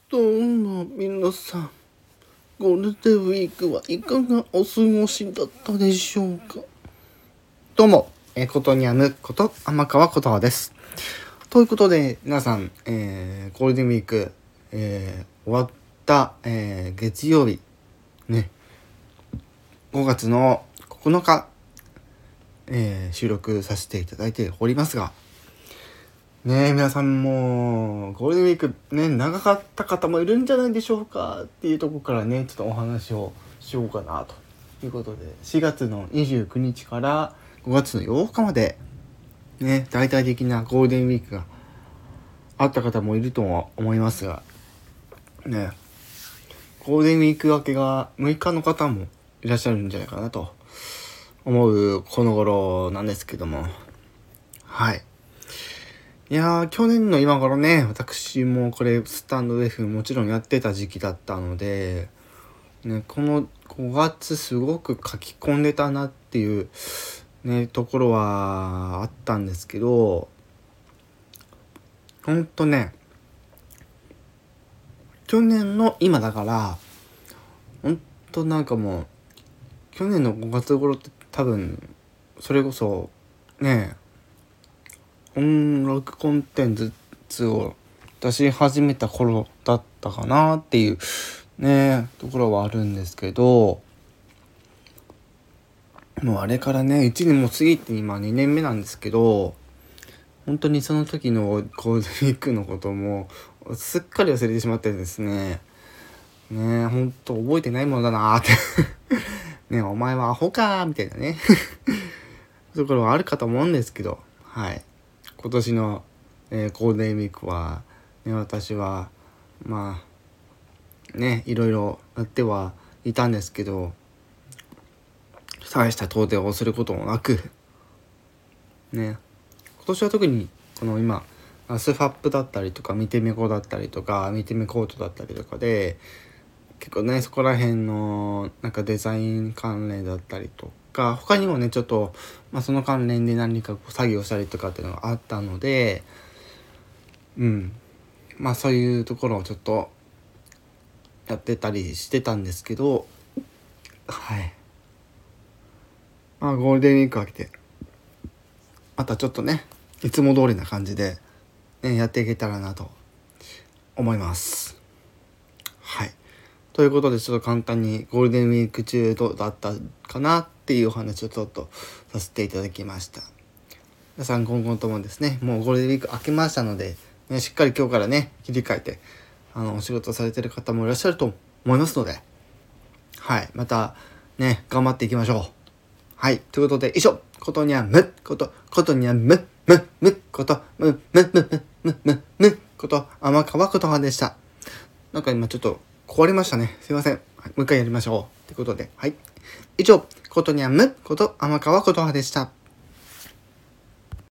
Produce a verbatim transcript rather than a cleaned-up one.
どうも皆さん、ゴールデンウィークはいかがお過ごしだったでしょうか。どうも、えー、ことにゃむこと天川ことはです。ということで皆さん、えー、ゴールデンウィーク、えー、終わった、えー、月曜日ね、ごがつのここのか、えー、収録させていただいておりますがねえ、皆さんもゴールデンウィークね、長かった方もいるんじゃないでしょうかっていうところからね、ちょっとお話をしようかなということで、しがつのにじゅうくにちからごがつのようかまでね、大々的なゴールデンウィークがあった方もいるとは思いますがね、ゴールデンウィーク明けがむいかの方もいらっしゃるんじゃないかなと思うこの頃なんですけども、はい。いやー、去年の今頃ね、私もこれスタンド エフ もちろんやってた時期だったので、ね、このごがつすごく書き込んでたなっていうね、ところはあったんですけど、ほんとね、去年の今だから、ほんとなんかもう、去年のごがつ頃って多分、それこそ、ね、音楽コンテンツを出し始めた頃だったかなっていうねところはあるんですけど、もうあれからねいちねんも過ぎて今にねんめなんですけど、本当にその時のゴールデンウィークのこともすっかり忘れてしまってですね、ね本当覚えてないものだなーってね、お前はアホかーみたいなねところはあるかと思うんですけど、はい、今年の、えー、ゴールデンウィークは、ね、私はまあねいろいろやってはいたんですけど、大した遠出をすることもなくね、今年は特にこの今スファップだったりとか見てみこだったりとか見てみコートだったりとかで結構ねそこら辺のなんかデザイン関連だったりとか、他にもねちょっと、まあ、その関連で何か作業したりとかっていうのがあったので、うんまあそういうところをちょっとやってたりしてたんですけど、はいまあゴールデンウィークが来てまたちょっとねいつも通りな感じで、ね、やっていけたらなと思います。はいということで、ちょっと簡単にゴールデンウィーク中どうだったかなっていうお話をちょっとさせていただきました。皆さん今後ともですね、もうゴールデンウィーク明けましたので、ね、しっかり今日からね切り替えてあのお仕事されてる方もいらっしゃると思いますので、はいまたね頑張っていきましょう。はいということで以上、ことにゃむことことにゃむむむことむむむむむむむこと天川ことはでした。なんか今ちょっと壊れましたね。すいません。はい、もう一回やりましょう。ということで、はい。以上、ことにゃむこと天川ことはでした。